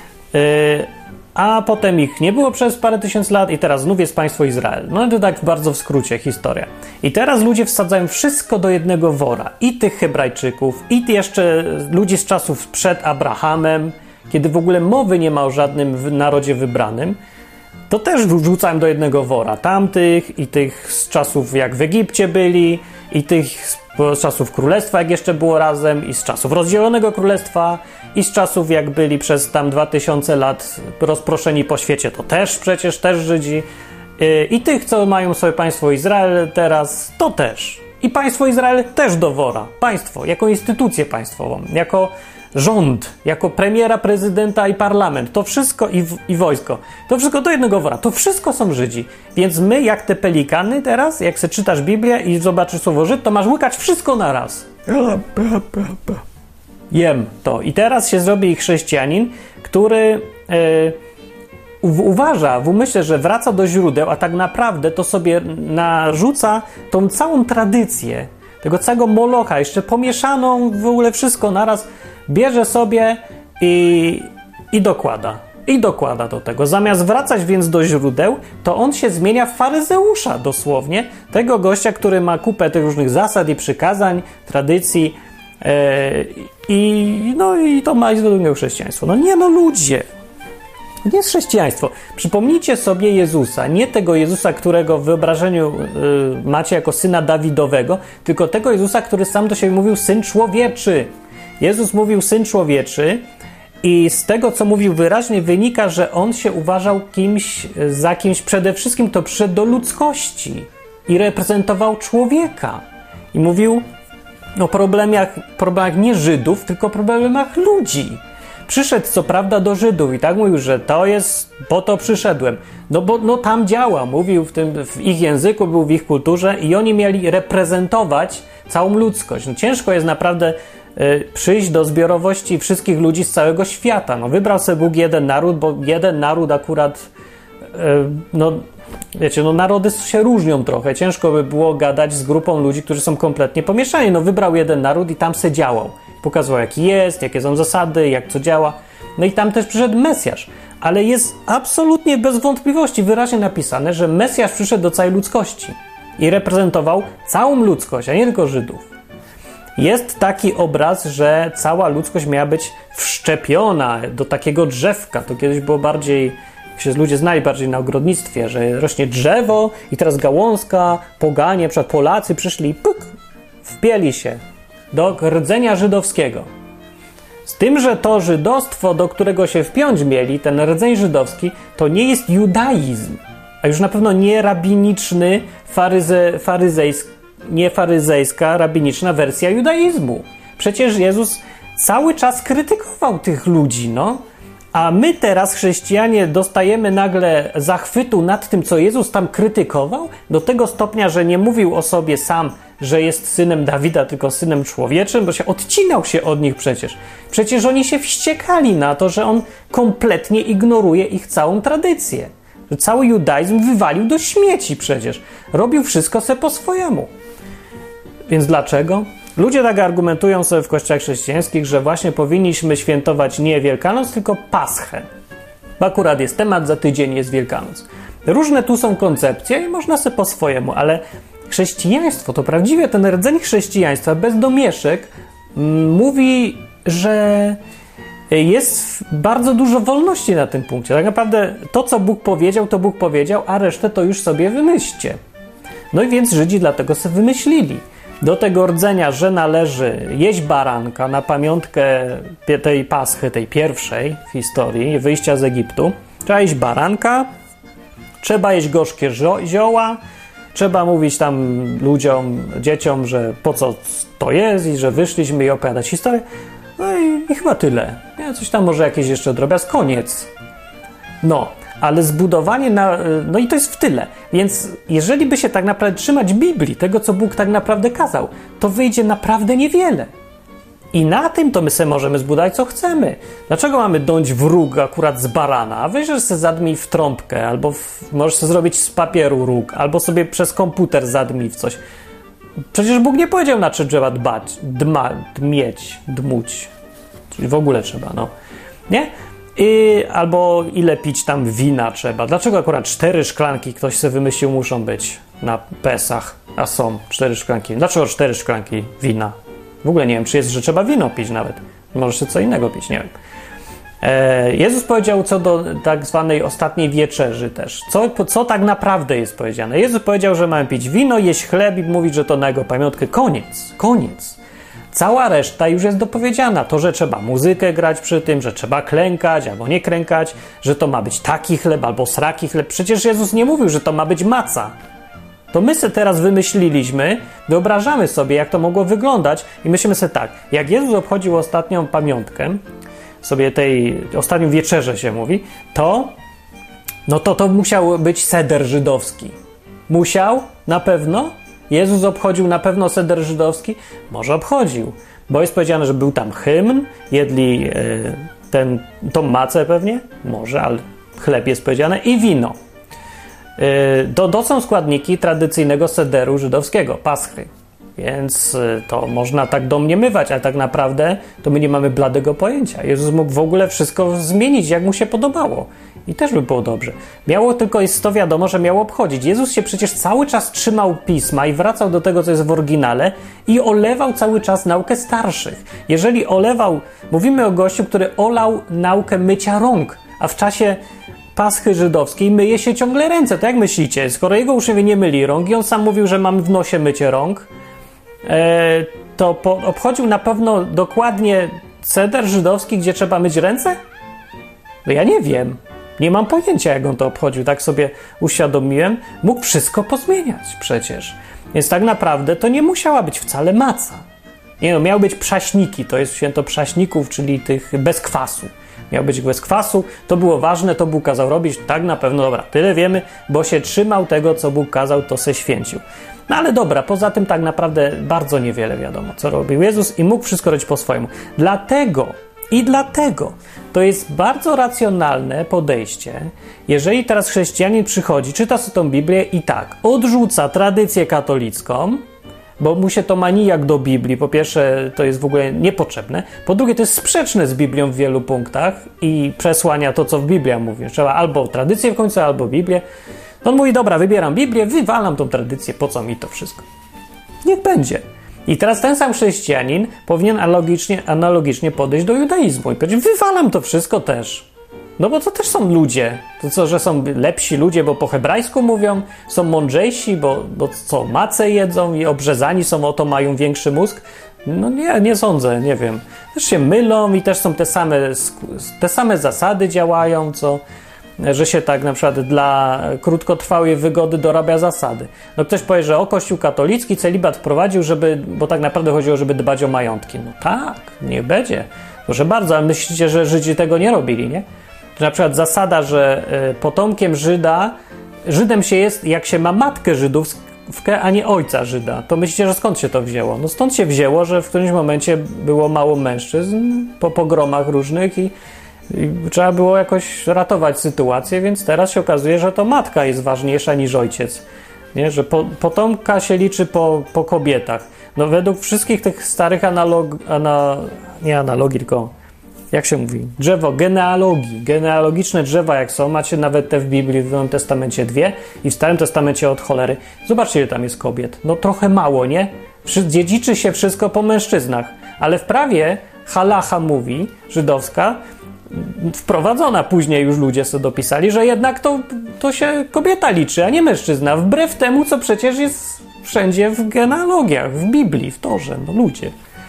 a potem ich nie było przez parę tysięcy lat i teraz znów jest państwo Izrael. No to tak bardzo w skrócie historia. I teraz ludzie wsadzają wszystko do jednego wora. I tych Hebrajczyków, i jeszcze ludzi z czasów przed Abrahamem, kiedy w ogóle mowy nie ma o żadnym narodzie wybranym, to też wrzucałem do jednego wora. Tamtych i tych z czasów jak w Egipcie byli, i tych z czasów królestwa jak jeszcze było razem, i z czasów rozdzielonego królestwa, i z czasów jak byli przez tam 2000 lat rozproszeni po świecie, to też przecież Żydzi. I tych, co mają sobie państwo Izrael teraz, to też. I państwo Izrael też do wora. Państwo, jako instytucję państwową, jako rząd, jako premiera, prezydenta i parlament, to wszystko i wojsko, to wszystko do jednego wora, to wszystko są Żydzi. Więc my, jak te pelikany teraz, jak se czytasz Biblię i zobaczysz słowo Żyd, to masz łykać wszystko na raz. Jem to. I teraz się zrobi chrześcijanin, który uważa w umyśle, że wraca do źródeł, a tak naprawdę to sobie narzuca tą całą tradycję, tego całego molocha, jeszcze pomieszaną w ogóle wszystko naraz, bierze sobie i dokłada. I dokłada do tego. Zamiast wracać więc do źródeł, to on się zmienia w faryzeusza dosłownie. Tego gościa, który ma kupę tych różnych zasad i przykazań, tradycji i to ma iść do drugiego chrześcijaństwa. Ludzie. Nie jest chrześcijaństwo. Przypomnijcie sobie Jezusa. Nie tego Jezusa, którego w wyobrażeniu macie jako syna Dawidowego, tylko tego Jezusa, który sam do siebie mówił Syn Człowieczy. Jezus mówił Syn Człowieczy i z tego, co mówił wyraźnie, wynika, że on się uważał za kimś przede wszystkim, kto przyszedł do ludzkości i reprezentował człowieka. I mówił o problemach nie Żydów, tylko problemach ludzi. przyszedł co prawda do Żydów i tak mówił, że to jest, po to przyszedłem. No bo no, tam działa, mówił w ich języku, był w ich kulturze i oni mieli reprezentować całą ludzkość. No, ciężko jest naprawdę przyjść do zbiorowości wszystkich ludzi z całego świata. No, wybrał sobie Bóg jeden naród, bo jeden naród akurat, no wiecie, no narody się różnią trochę. Ciężko by było gadać z grupą ludzi, którzy są kompletnie pomieszani. No wybrał jeden naród i tam se działał. Pokazał jaki jest, jakie są zasady, jak co działa. No i tam też przyszedł Mesjasz. Ale jest absolutnie bez wątpliwości wyraźnie napisane, że Mesjasz przyszedł do całej ludzkości i reprezentował całą ludzkość, a nie tylko Żydów. Jest taki obraz, że cała ludzkość miała być wszczepiona do takiego drzewka. To kiedyś było bardziej, jak się ludzie znali bardziej na ogrodnictwie, że rośnie drzewo i teraz gałązka, poganie, przykład Polacy przyszli i pyk, wpięli się do rdzenia żydowskiego. Z tym, że to żydostwo, do którego się wpiąć mieli, ten rdzeń żydowski, to nie jest judaizm, a już na pewno nie rabiniczny, nie faryzejska, rabiniczna wersja judaizmu. Przecież Jezus cały czas krytykował tych ludzi, no. A my teraz, chrześcijanie, dostajemy nagle zachwytu nad tym, co Jezus tam krytykował, do tego stopnia, że nie mówił o sobie sam, że jest synem Dawida, tylko synem człowieczym, bo się odcinał się od nich przecież. Przecież oni się wściekali na to, że on kompletnie ignoruje ich całą tradycję. Że cały judaizm wywalił do śmieci przecież. Robił wszystko se po swojemu. Więc dlaczego? Ludzie tak argumentują sobie w kościołach chrześcijańskich, że właśnie powinniśmy świętować nie Wielkanoc, tylko Paschę. Akurat jest temat, za tydzień jest Wielkanoc. Różne tu są koncepcje i można sobie po swojemu, ale chrześcijaństwo, to prawdziwie ten rdzeń chrześcijaństwa bez domieszek mówi, że jest bardzo dużo wolności na tym punkcie. Tak naprawdę to, co Bóg powiedział, to Bóg powiedział, a resztę to już sobie wymyślcie. No i więc Żydzi dlatego sobie wymyślili. Do tego rdzenia, że należy jeść baranka na pamiątkę tej Paschy, tej pierwszej w historii, wyjścia z Egiptu. Trzeba jeść baranka, trzeba jeść gorzkie zioła, trzeba mówić tam ludziom, dzieciom, że po co to jest i że wyszliśmy i opowiadać historię. No i chyba tyle. Nie, coś tam może jakieś jeszcze drobiazg, koniec. No, ale zbudowanie no i to jest w tyle. Więc jeżeli by się tak naprawdę trzymać Biblii, tego co Bóg tak naprawdę kazał, to wyjdzie naprawdę niewiele. I na tym to my sobie możemy zbudować co chcemy. Dlaczego mamy dąć w róg akurat z barana? A weź, że sobie zadmij w trąbkę, albo możesz sobie zrobić z papieru róg, albo sobie przez komputer zadmij w coś. Przecież Bóg nie powiedział, na czym trzeba dmuć. Czyli w ogóle trzeba, no. Nie? Albo ile pić tam wina trzeba. Dlaczego akurat 4 szklanki ktoś sobie wymyślił muszą być na Pesach, a są 4 szklanki? Dlaczego 4 szklanki wina? W ogóle nie wiem, czy jest, że trzeba wino pić nawet. Może się co innego pić, nie wiem. Jezus powiedział co do tak zwanej ostatniej wieczerzy też. Co tak naprawdę jest powiedziane? Jezus powiedział, że mamy pić wino, jeść chleb i mówić, że to na jego pamiątkę. Koniec. Cała reszta już jest dopowiedziana. To, że trzeba muzykę grać przy tym, że trzeba klękać albo nie klękać, że to ma być taki chleb albo sraki chleb. Przecież Jezus nie mówił, że to ma być maca. To my sobie teraz wymyśliliśmy, wyobrażamy sobie, jak to mogło wyglądać i myślimy sobie tak, jak Jezus obchodził ostatnią pamiątkę, sobie tej ostatnią wieczerzę się mówi, to musiał być seder żydowski. Musiał? Na pewno? Jezus obchodził na pewno seder żydowski? Może obchodził, bo jest powiedziane, że był tam hymn, jedli tą macę pewnie, może, ale chleb jest powiedziane i wino. To są składniki tradycyjnego sederu żydowskiego, paschy. Więc to można tak domniemywać, ale tak naprawdę to my nie mamy bladego pojęcia. Jezus mógł w ogóle wszystko zmienić, jak mu się podobało. I też by było dobrze. Jest to wiadomo, że miało obchodzić. Jezus się przecież cały czas trzymał Pisma i wracał do tego, co jest w oryginale i olewał cały czas naukę starszych. Jeżeli mówimy o gościu, który olał naukę mycia rąk, a w czasie Paschy żydowskiej myje się ciągle ręce. To jak myślicie? Skoro jego uczniowie nie myli rąk i on sam mówił, że mam w nosie mycie rąk, to obchodził na pewno dokładnie seder żydowski, gdzie trzeba myć ręce? No ja nie wiem. Nie mam pojęcia, jak on to obchodził. Tak sobie uświadomiłem. Mógł wszystko pozmieniać przecież. Więc tak naprawdę to nie musiała być wcale maca. Nie no, miały być przaśniki. To jest święto przaśników, czyli tych bez kwasu. miał być bez kwasu, to było ważne, to Bóg kazał robić, tak na pewno, dobra, tyle wiemy, bo się trzymał tego, co Bóg kazał, to se święcił. No ale dobra, poza tym tak naprawdę bardzo niewiele wiadomo, co robił Jezus i mógł wszystko robić po swojemu. Dlatego to jest bardzo racjonalne podejście, jeżeli teraz chrześcijanin przychodzi, czyta sobie tą Biblię i tak, odrzuca tradycję katolicką, bo mu się to ma nijak do Biblii. Po pierwsze, to jest w ogóle niepotrzebne. Po drugie, to jest sprzeczne z Biblią w wielu punktach i przesłania to, co w Biblia mówi. Trzeba albo tradycję w końcu, albo Biblię. No on mówi, dobra, wybieram Biblię, wywalam tą tradycję, po co mi to wszystko? Niech będzie. I teraz ten sam chrześcijanin powinien analogicznie podejść do judaizmu i powiedzieć, wywalam to wszystko też. No bo to też są ludzie. To co, że są lepsi ludzie, bo po hebrajsku mówią, są mądrzejsi, bo co, macę jedzą i obrzezani są, o to mają większy mózg? No nie sądzę, nie wiem. Też się mylą i też są te same zasady działają, że się tak na przykład dla krótkotrwałej wygody dorabia zasady. No ktoś powie, że Kościół katolicki celibat wprowadził, bo tak naprawdę chodziło, żeby dbać o majątki. No tak, niech będzie. Proszę bardzo, ale myślicie, że Żydzi tego nie robili, nie? Na przykład zasada, że potomkiem Żydem się jest, jak się ma matkę żydówkę, a nie ojca Żyda. To myślicie, że skąd się to wzięło? No stąd się wzięło, że w którymś momencie było mało mężczyzn po pogromach różnych i trzeba było jakoś ratować sytuację, więc teraz się okazuje, że to matka jest ważniejsza niż ojciec. Nie? Że potomka się liczy po kobietach. No według wszystkich tych starych nie analogii, tylko jak się mówi? Drzewo genealogii. Genealogiczne drzewa jak są, macie nawet te w Biblii, w Nowym Testamencie 2 i w Starym Testamencie od cholery. Zobaczcie, ile tam jest kobiet. No trochę mało, nie? Dziedziczy się wszystko po mężczyznach. Ale w prawie halacha mówi, żydowska, wprowadzona później już ludzie sobie dopisali, że jednak to się kobieta liczy, a nie mężczyzna. Wbrew temu, co przecież jest wszędzie w genealogiach, w Biblii, w Torze. No ludzie.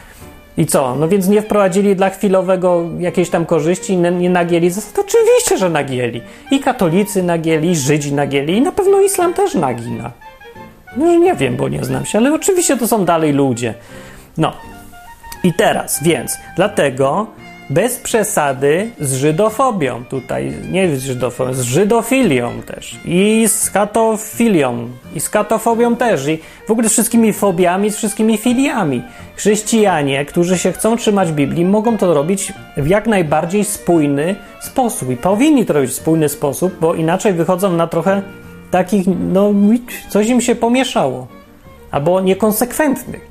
I co? No więc nie wprowadzili dla chwilowego jakiejś tam korzyści, nie nagięli zasad? Oczywiście, że nagięli. I katolicy nagięli, i Żydzi nagięli, i na pewno islam też nagina. No nie wiem, bo nie znam się, ale oczywiście to są dalej ludzie. No. I teraz, więc, dlatego bez przesady z żydofobią tutaj, nie z żydofobią, z żydofilią też i z katofilią i z katofobią też i w ogóle z wszystkimi fobiami, z wszystkimi filiami. Chrześcijanie, którzy się chcą trzymać Biblii, mogą to robić w jak najbardziej spójny sposób i powinni to robić w spójny sposób, bo inaczej wychodzą na trochę takich, coś im się pomieszało. Albo niekonsekwentnych.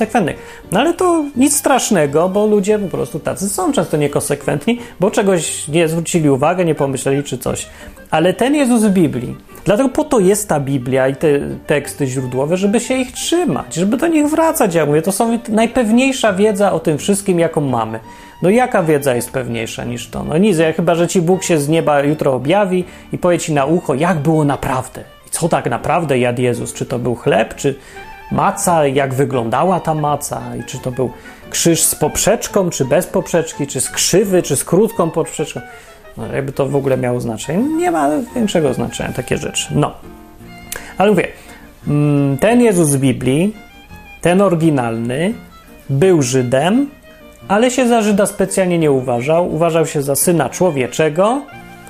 No ale to nic strasznego, bo ludzie po prostu tacy są często niekonsekwentni, bo czegoś nie zwrócili uwagi, nie pomyśleli czy coś. Ale ten Jezus w Biblii, dlatego po to jest ta Biblia i te teksty źródłowe, żeby się ich trzymać, żeby do nich wracać. Ja mówię, to są najpewniejsza wiedza o tym wszystkim, jaką mamy. No jaka wiedza jest pewniejsza niż to? No nic, chyba że ci Bóg się z nieba jutro objawi i powie ci na ucho, jak było naprawdę. I co tak naprawdę jadł Jezus? Czy to był chleb, czy maca, jak wyglądała ta maca i czy to był krzyż z poprzeczką, czy bez poprzeczki, czy z krzywy, czy z krótką poprzeczką. No, jakby to w ogóle miało znaczenie. Nie ma większego znaczenia takie rzeczy. No. Ale mówię, ten Jezus z Biblii, ten oryginalny, był Żydem, ale się za Żyda specjalnie nie uważał. Uważał się za syna człowieczego.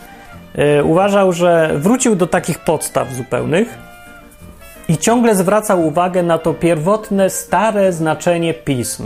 Uważał, że wrócił do takich podstaw zupełnych, i ciągle zwracał uwagę na to pierwotne, stare znaczenie pism.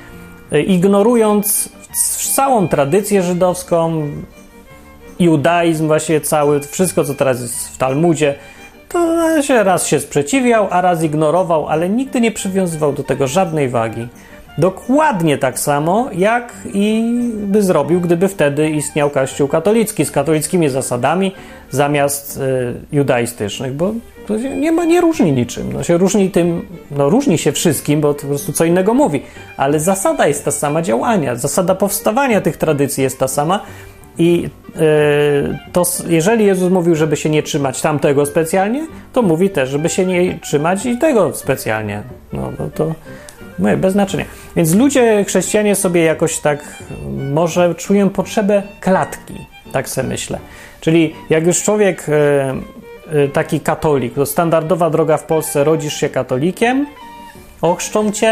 Ignorując całą tradycję żydowską, judaizm właśnie cały, wszystko co teraz jest w Talmudzie, to się raz się sprzeciwiał, a raz ignorował, ale nigdy nie przywiązywał do tego żadnej wagi. Dokładnie tak samo, jak i by zrobił, gdyby wtedy istniał Kościół katolicki z katolickimi zasadami zamiast judaistycznych, bo to się nie różni niczym. No się różni tym, różni się wszystkim, bo to po prostu co innego mówi, ale zasada jest ta sama działania, zasada powstawania tych tradycji jest ta sama i to jeżeli Jezus mówił, żeby się nie trzymać tamtego specjalnie, to mówi też, żeby się nie trzymać i tego specjalnie. No to bez znaczenia. Więc ludzie, chrześcijanie sobie jakoś tak może czują potrzebę klatki, tak sobie myślę. Czyli jak już człowiek taki katolik, to standardowa droga w Polsce, rodzisz się katolikiem, ochrzczą cię,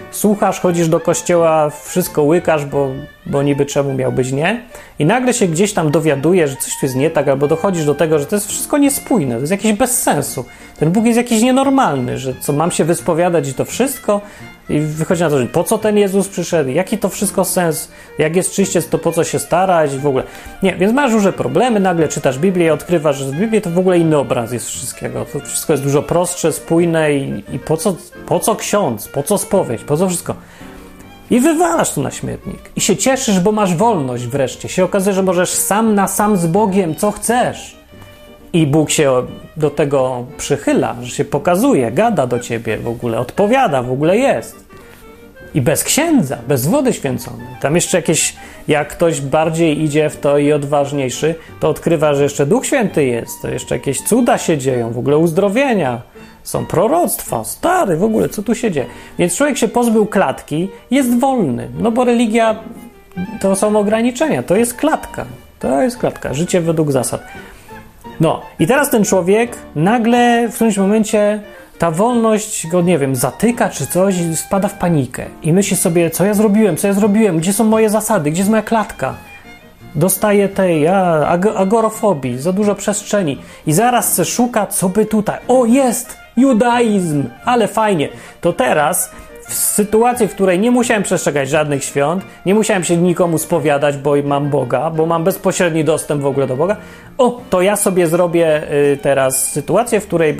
słuchasz, chodzisz do kościoła, wszystko łykasz, bo niby czemu miałbyś nie? I nagle się gdzieś tam dowiadujesz, że coś tu jest nie tak, albo dochodzisz do tego, że to jest wszystko niespójne, to jest jakieś bez sensu. Ten Bóg jest jakiś nienormalny, że co, mam się wyspowiadać i to wszystko? I wychodzi na to, że po co ten Jezus przyszedł? Jaki to wszystko sens? Jak jest czyściec, to po co się starać? I w ogóle. Nie, więc masz różne problemy, nagle czytasz Biblię i odkrywasz, że w Biblii to w ogóle inny obraz jest wszystkiego. To wszystko jest dużo prostsze, spójne i po co ksiądz? Po co spowiedź? Po co wszystko? I wywalasz to na śmietnik. I się cieszysz, bo masz wolność wreszcie. Się okazuje, że możesz sam na sam z Bogiem, co chcesz. I Bóg się do tego przychyla, że się pokazuje, gada do ciebie w ogóle, odpowiada, w ogóle jest. I bez księdza, bez wody święconej. Tam jeszcze jakieś, jak ktoś bardziej idzie w to i odważniejszy, to odkrywa, że jeszcze Duch Święty jest, to jeszcze jakieś cuda się dzieją, w ogóle uzdrowienia, są proroctwa, stary, w ogóle co tu się dzieje. Więc człowiek się pozbył klatki, jest wolny, no bo religia to są ograniczenia, to jest klatka, życie według zasad. No i teraz ten człowiek nagle w którymś momencie ta wolność go, nie wiem, zatyka czy coś i spada w panikę. I myśli sobie, co ja zrobiłem, gdzie są moje zasady, gdzie jest moja klatka. Dostaje tej agorofobii, za dużo przestrzeni. I zaraz se szuka, co by tutaj. O, jest! Judaizm! Ale fajnie. To teraz w sytuacji, w której nie musiałem przestrzegać żadnych świąt, nie musiałem się nikomu spowiadać, bo mam Boga, bo mam bezpośredni dostęp w ogóle do Boga, to ja sobie zrobię teraz sytuację, w której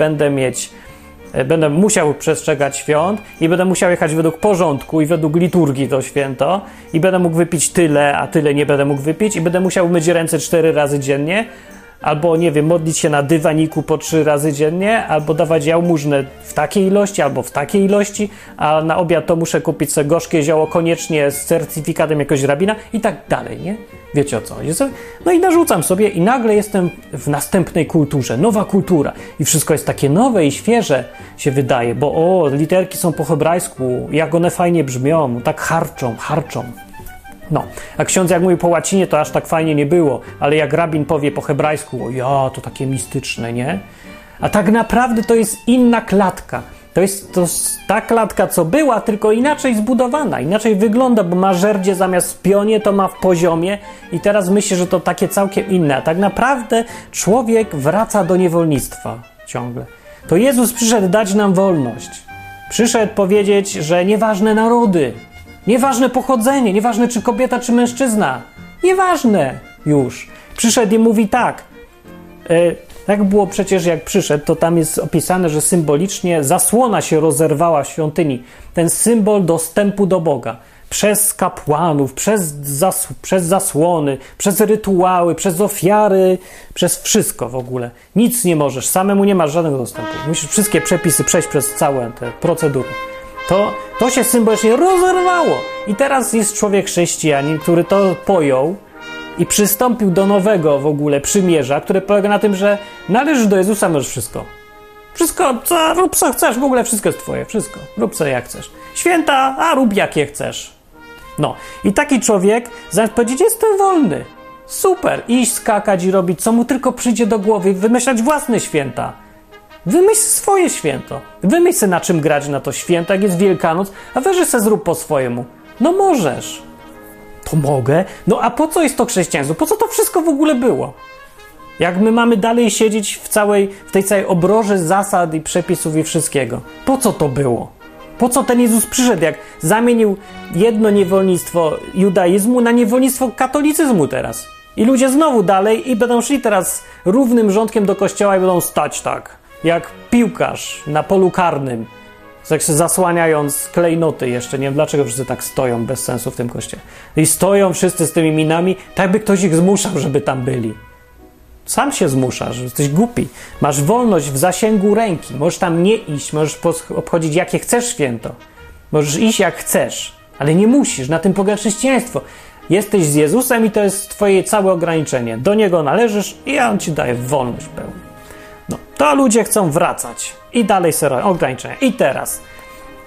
będę musiał przestrzegać świąt i będę musiał jechać według porządku i według liturgii to święto i będę mógł wypić tyle, a tyle nie będę mógł wypić i będę musiał myć ręce 4 razy dziennie, albo, nie wiem, modlić się na dywaniku po 3 razy dziennie, albo dawać jałmużnę w takiej ilości, albo w takiej ilości, a na obiad to muszę kupić sobie gorzkie zioło koniecznie z certyfikatem jakiegoś rabina i tak dalej, nie? Wiecie o co chodzi? No i narzucam sobie i nagle jestem w następnej kulturze, nowa kultura i wszystko jest takie nowe i świeże się wydaje, bo literki są po hebrajsku, jak one fajnie brzmią, tak harczą. No, a ksiądz jak mówi po łacinie, to aż tak fajnie nie było, ale jak rabin powie po hebrajsku, to takie mistyczne, nie? A tak naprawdę to jest inna klatka. To jest ta klatka, co była, tylko inaczej zbudowana, inaczej wygląda, bo ma żerdzie zamiast w pionie, to ma w poziomie i teraz myślę, że to takie całkiem inne. A tak naprawdę człowiek wraca do niewolnictwa ciągle. To Jezus przyszedł dać nam wolność. Przyszedł powiedzieć, że nieważne narody, nieważne pochodzenie, nieważne czy kobieta, czy mężczyzna, nieważne już. Przyszedł i mówi tak. Tak było przecież, jak przyszedł, to tam jest opisane, że symbolicznie zasłona się rozerwała w świątyni. Ten symbol dostępu do Boga. Przez kapłanów, przez zasłony, przez rytuały, przez ofiary, przez wszystko w ogóle. Nic nie możesz, samemu nie masz żadnego dostępu. Musisz wszystkie przepisy przejść przez całe te procedury. To się symbolicznie rozerwało. I teraz jest człowiek chrześcijanin, który to pojął i przystąpił do nowego w ogóle przymierza, które polega na tym, że należysz do Jezusa, możesz wszystko. Wszystko, rób co chcesz, w ogóle wszystko jest twoje, wszystko. Rób co jak chcesz. Święta, rób jakie chcesz. No. I taki człowiek, zamiast powiedzieć, jestem wolny. Super. Iść, skakać i robić, co mu tylko przyjdzie do głowy, wymyślać własne święta. Wymyśl swoje święto. Wymyśl sobie na czym grać na to święto, jak jest Wielkanoc, a weź se zrób po swojemu. No możesz. To mogę? No a po co jest to chrześcijaństwo? Po co to wszystko w ogóle było? Jak my mamy dalej siedzieć w tej całej obroży zasad i przepisów i wszystkiego? Po co to było? Po co ten Jezus przyszedł, jak zamienił jedno niewolnictwo judaizmu na niewolnictwo katolicyzmu teraz? I ludzie znowu dalej i będą szli teraz równym rządkiem do kościoła i będą stać tak, jak piłkarz na polu karnym, tak się zasłaniając klejnoty jeszcze. Nie wiem, dlaczego wszyscy tak stoją bez sensu w tym kościele. I stoją wszyscy z tymi minami, tak by ktoś ich zmuszał, żeby tam byli. Sam się zmuszasz, że jesteś głupi. Masz wolność w zasięgu ręki. Możesz tam nie iść, możesz obchodzić jakie chcesz święto. Możesz iść jak chcesz, ale nie musisz. Na tym polega chrześcijaństwo. Jesteś z Jezusem i to jest twoje całe ograniczenie. Do Niego należysz i On ci daje wolność pełną. No, to ludzie chcą wracać. I dalej sobie ograniczenia. I teraz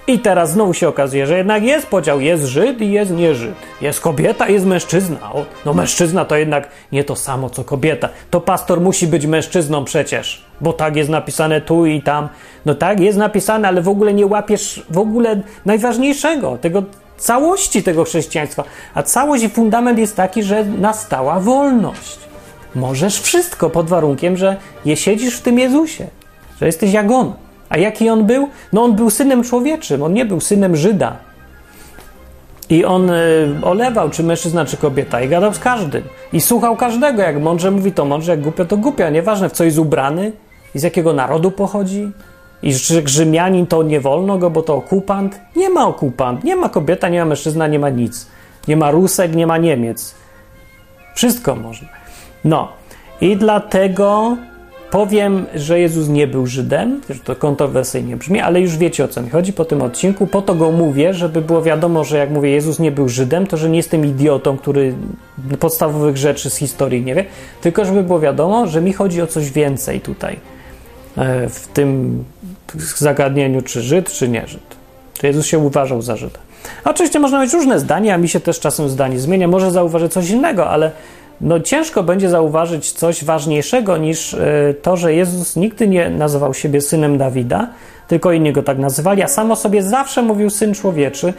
I teraz znowu się okazuje, że jednak jest podział, jest Żyd i jest nieżyd. Jest kobieta, jest mężczyzna. No mężczyzna to jednak nie to samo, co kobieta. To pastor musi być mężczyzną przecież, bo tak jest napisane tu i tam. No tak, jest napisane, ale w ogóle nie łapiesz w ogóle najważniejszego, całości tego chrześcijaństwa. A całość i fundament jest taki, że nastała wolność. Możesz wszystko pod warunkiem, że siedzisz w tym Jezusie, że jesteś jak On. A jaki On był? No on był synem człowieczym, on nie był synem Żyda. I on olewał, czy mężczyzna, czy kobieta, i gadał z każdym. I słuchał każdego, jak mądrze mówi, to mądrze, jak głupio, to głupio. Nieważne, w co jest ubrany i z jakiego narodu pochodzi. I że Rzymianin to nie wolno go, bo to okupant. Nie ma okupant, nie ma kobieta, nie ma mężczyzna, nie ma nic. Nie ma Rusek, nie ma Niemiec. Wszystko można. No i dlatego powiem, że Jezus nie był Żydem, że to kontrowersyjnie brzmi, ale już wiecie, o co mi chodzi po tym odcinku. Po to go mówię, żeby było wiadomo, że jak mówię, Jezus nie był Żydem, to że nie jestem idiotą, który podstawowych rzeczy z historii nie wie, tylko żeby było wiadomo, że mi chodzi o coś więcej tutaj w tym zagadnieniu, czy Żyd, czy nie Żyd. Czy Jezus się uważał za Żyda. Oczywiście można mieć różne zdania, a mi się też czasem zdanie zmienia. Może zauważy coś innego, ale no ciężko będzie zauważyć coś ważniejszego niż to, że Jezus nigdy nie nazywał siebie synem Dawida, tylko inni go tak nazywali, a sam o sobie zawsze mówił syn człowieczy.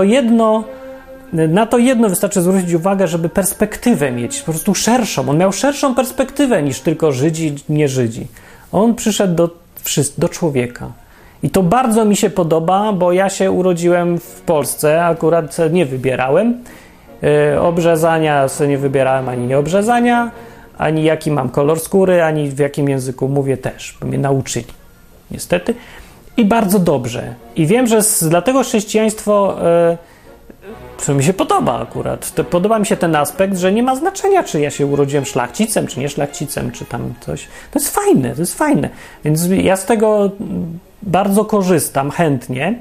Na to jedno wystarczy zwrócić uwagę, żeby perspektywę mieć, po prostu szerszą. On miał szerszą perspektywę niż tylko Żydzi, nie Żydzi. On przyszedł do człowieka. I to bardzo mi się podoba, bo ja się urodziłem w Polsce, akurat nie wybierałem. Obrzezania sobie nie wybierałem, ani nie obrzezania, ani jaki mam kolor skóry, ani w jakim języku mówię też, bo mnie nauczyli, niestety. I bardzo dobrze. I wiem, że dlatego chrześcijaństwo, co mi się podoba akurat, podoba mi się ten aspekt, że nie ma znaczenia, czy ja się urodziłem szlachcicem, czy nie szlachcicem, czy tam coś. To jest fajne. Więc ja z tego bardzo korzystam, chętnie.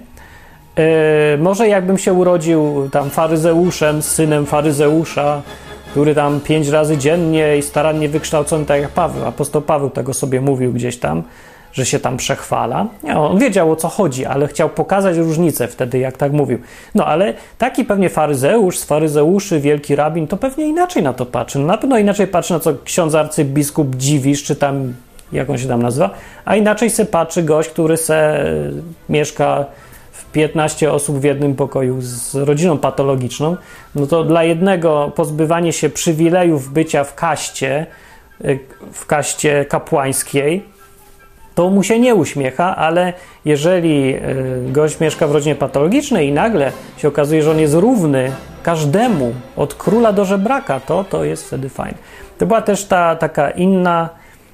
Może jakbym się urodził tam faryzeuszem, synem faryzeusza, który tam 5 razy dziennie i starannie wykształcony, tak jak Paweł. Apostoł Paweł tego sobie mówił gdzieś tam, że się tam przechwala. Nie, on wiedział, o co chodzi, ale chciał pokazać różnicę wtedy, jak tak mówił. No ale taki pewnie faryzeusz z faryzeuszy, wielki rabin, to pewnie inaczej na to patrzy. No, na pewno inaczej patrzy, na co ksiądz arcybiskup Dziwisz, czy tam, jak on się tam nazywa, a inaczej se patrzy gość, który mieszka 15 osób w jednym pokoju z rodziną patologiczną, no to dla jednego pozbywanie się przywilejów bycia w kaście kapłańskiej, to mu się nie uśmiecha, ale jeżeli gość mieszka w rodzinie patologicznej i nagle się okazuje, że on jest równy każdemu, od króla do żebraka, to jest wtedy fajne. To była też ta taka inna...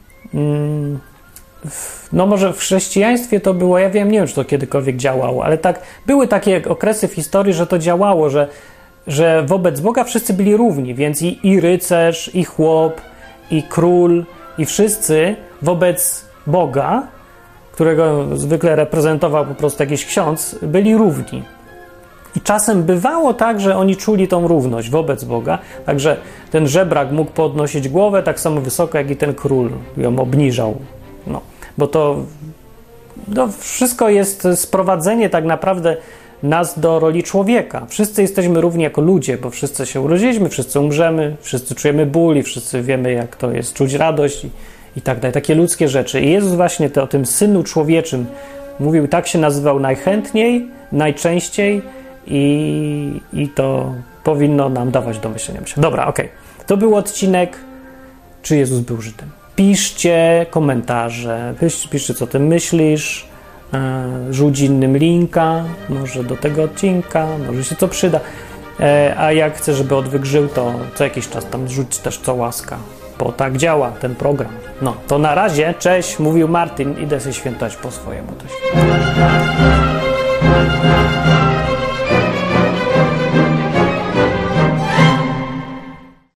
No może w chrześcijaństwie to było, ja wiem, nie wiem, czy to kiedykolwiek działało, ale tak, były takie okresy w historii, że to działało, że wobec Boga wszyscy byli równi, więc i rycerz, i chłop, i król, i wszyscy wobec Boga, którego zwykle reprezentował po prostu jakiś ksiądz, byli równi. I czasem bywało tak, że oni czuli tą równość wobec Boga, także ten żebrak mógł podnosić głowę tak samo wysoko, jak i ten król ją obniżał. No, bo to wszystko jest sprowadzenie tak naprawdę nas do roli człowieka. Wszyscy jesteśmy równi jako ludzie, bo wszyscy się urodziliśmy, wszyscy umrzemy, wszyscy czujemy ból i wszyscy wiemy, jak to jest czuć radość i tak dalej. Takie ludzkie rzeczy. I Jezus właśnie o tym Synu Człowieczym mówił, tak się nazywał najchętniej, najczęściej i to powinno nam dawać do myślenia. Dobra, okej. To był odcinek, czy Jezus był Żydem. Piszcie komentarze, piszcie, co ty myślisz, rzuć innym linka, może do tego odcinka, może się co przyda, a jak chcesz, żeby odwyk żył, to co jakiś czas tam rzuć też co łaska, bo tak działa ten program. No, to na razie, cześć, mówił Martin, idę sobie świętować po swojemu.